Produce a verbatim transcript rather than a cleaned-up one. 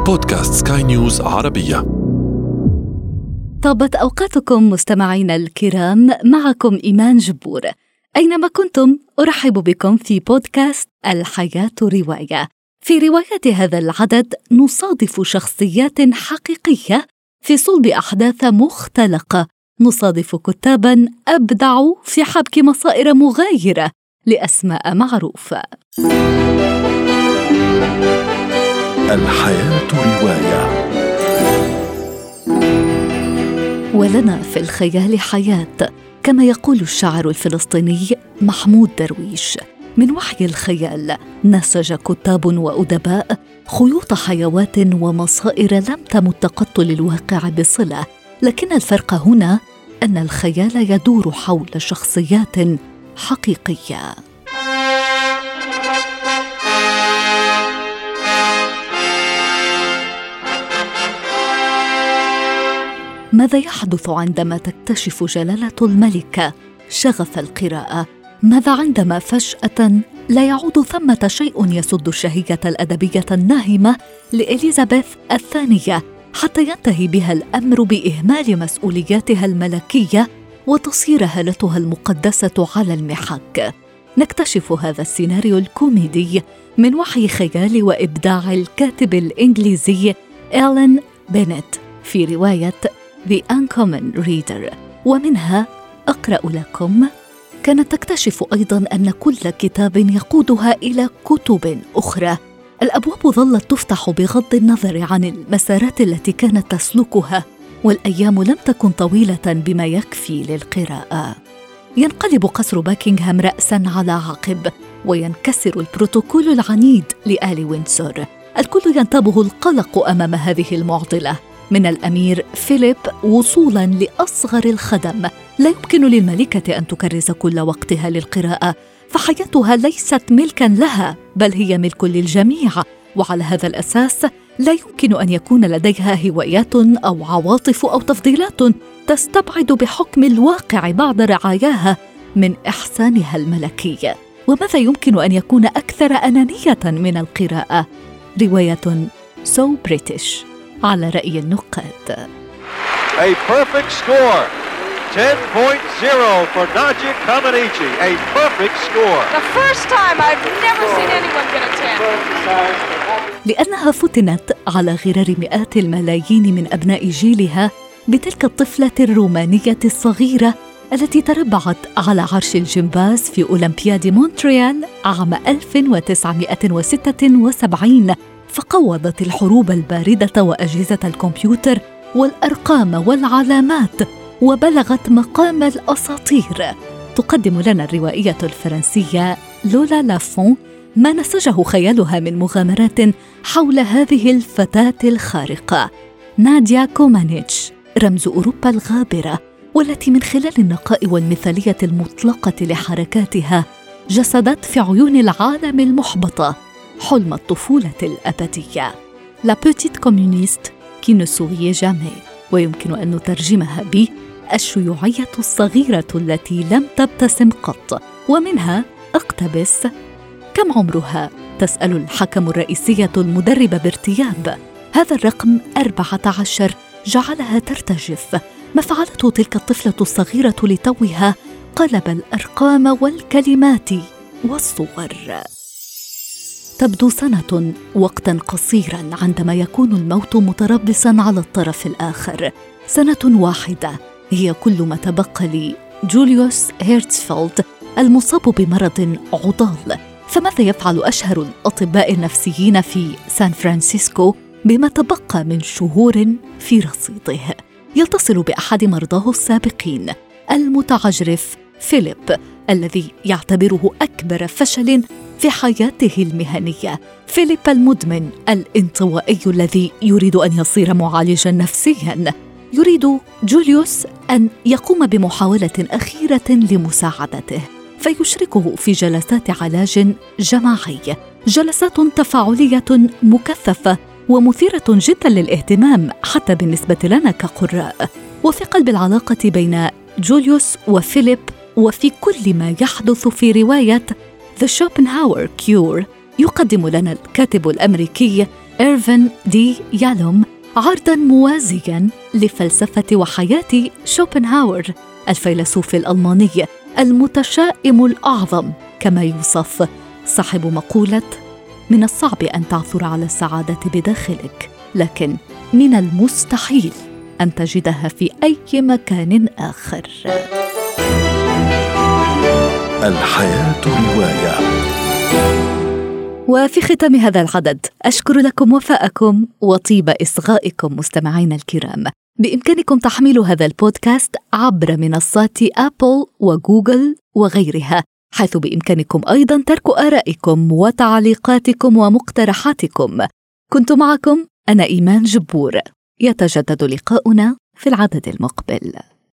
بودكاست سكاي نيوز عربية. طابت أوقاتكم مستمعينا الكرام، معكم إيمان جبور. أينما كنتم أرحب بكم في بودكاست الحياة رواية. في رواية هذا العدد نصادف شخصيات حقيقية في صلب أحداث مختلقة، نصادف كتاباً أبدعوا في حبك مصائر مغايرة لأسماء معروفة. الحياة رواية. ولنا في الخيال حياة، كما يقول الشاعر الفلسطيني محمود درويش. من وحي الخيال نسج كتاب وأدباء خيوط حيوات ومصائر لم تمت قط للواقع بصلة، لكن الفرق هنا أن الخيال يدور حول شخصيات حقيقية. ماذا يحدث عندما تكتشف جلالة الملكة شغف القراءة؟ ماذا عندما فجأة لا يعود ثمة شيء يسد الشهية الأدبية الناهمة لإليزابيث الثانية، حتى ينتهي بها الأمر بإهمال مسؤولياتها الملكية وتصير هالتها المقدسة على المحك؟ نكتشف هذا السيناريو الكوميدي من وحي خيال وإبداع الكاتب الإنجليزي إلين بينيت في رواية The Uncommon Reader، ومنها أقرأ لكم. كانت تكتشف أيضاً أن كل كتاب يقودها إلى كتب أخرى. الأبواب ظلت تفتح بغض النظر عن المسارات التي كانت تسلكها، والأيام لم تكن طويلة بما يكفي للقراءة. ينقلب قصر باكنغهام رأساً على عقب، وينكسر البروتوكول العنيد لآل ويندسور. الكل ينتابه القلق أمام هذه المعضلة، من الأمير فيليب وصولاً لأصغر الخدم. لا يمكن للملكة أن تكرس كل وقتها للقراءة، فحياتها ليست ملكاً لها، بل هي ملك للجميع، وعلى هذا الأساس لا يمكن أن يكون لديها هوايات أو عواطف أو تفضيلات تستبعد بحكم الواقع بعض رعاياها من إحسانها الملكي. وماذا يمكن أن يكون أكثر أنانية من القراءة؟ رواية So British على رأي النقاد. A perfect score. ten point oh for Nadia Comaneci. A perfect score. The first time I've never seen anyone get a ten. لأنها فتنت على غرار مئات الملايين من أبناء جيلها بتلك الطفلة الرومانية الصغيرة التي تربعت على عرش الجمباز في أولمبياد مونتريال عام ألف وتسعمائة وستة وسبعين، فقوضت الحروب الباردة وأجهزة الكمبيوتر والأرقام والعلامات، وبلغت مقام الأساطير. تقدم لنا الروائية الفرنسية لولا لافون ما نسجه خيالها من مغامرات حول هذه الفتاة الخارقة، ناديا كومانيتش، رمز أوروبا الغابرة، والتي من خلال النقاء والمثالية المطلقة لحركاتها جسدت في عيون العالم المحبطة حلم الطفولة الأبدية. La petite communiste qui ne souriait jamais، ويمكن أن نترجمها ب الشيوعية الصغيرة التي لم تبتسم قط. ومنها أقتبس: كم عمرها؟ تسأل الحكم الرئيسية المدربة بارتياب. هذا الرقم أربعة عشر جعلها ترتجف. ما فعلته تلك الطفلة الصغيرة لتوها قلب الأرقام والكلمات والصور. تبدو سنة وقتاً قصيراً عندما يكون الموت متربصاً على الطرف الآخر. سنة واحدة هي كل ما تبقى لجوليوس هيرتزفيلد المصاب بمرض عضال. فماذا يفعل أشهر الأطباء النفسيين في سان فرانسيسكو بما تبقى من شهور في رصيده؟ يتصل بأحد مرضاه السابقين، المتعجرف فيليب، الذي يعتبره أكبر فشل في حياته المهنية. فيليب المدمن الانطوائي الذي يريد أن يصير معالجاً نفسياً. يريد جوليوس أن يقوم بمحاولة أخيرة لمساعدته، فيشركه في جلسات علاج جماعي، جلسات تفاعلية مكثفة ومثيرة جدا للاهتمام حتى بالنسبة لنا كقراء. وفي قلب العلاقة بين جوليوس وفيليب وفي كل ما يحدث في رواية The Schopenhauer Cure، يقدم لنا الكاتب الأمريكي إيرفين دي يالوم عرضاً موازياً لفلسفة وحياة شوبنهاور الفيلسوف الألماني المتشائم الأعظم، كما يوصف صاحب مقولة: من الصعب أن تعثر على السعادة بداخلك، لكن من المستحيل أن تجدها في أي مكان آخر. الحياة رواية. وفي ختام هذا العدد أشكر لكم وفاءكم وطيب إصغائكم مستمعين الكرام. بإمكانكم تحميل هذا البودكاست عبر منصات أبل وجوجل وغيرها، حيث بإمكانكم أيضاً ترك آرائكم وتعليقاتكم ومقترحاتكم. كنت معكم أنا إيمان جبور. يتجدد لقاؤنا في العدد المقبل.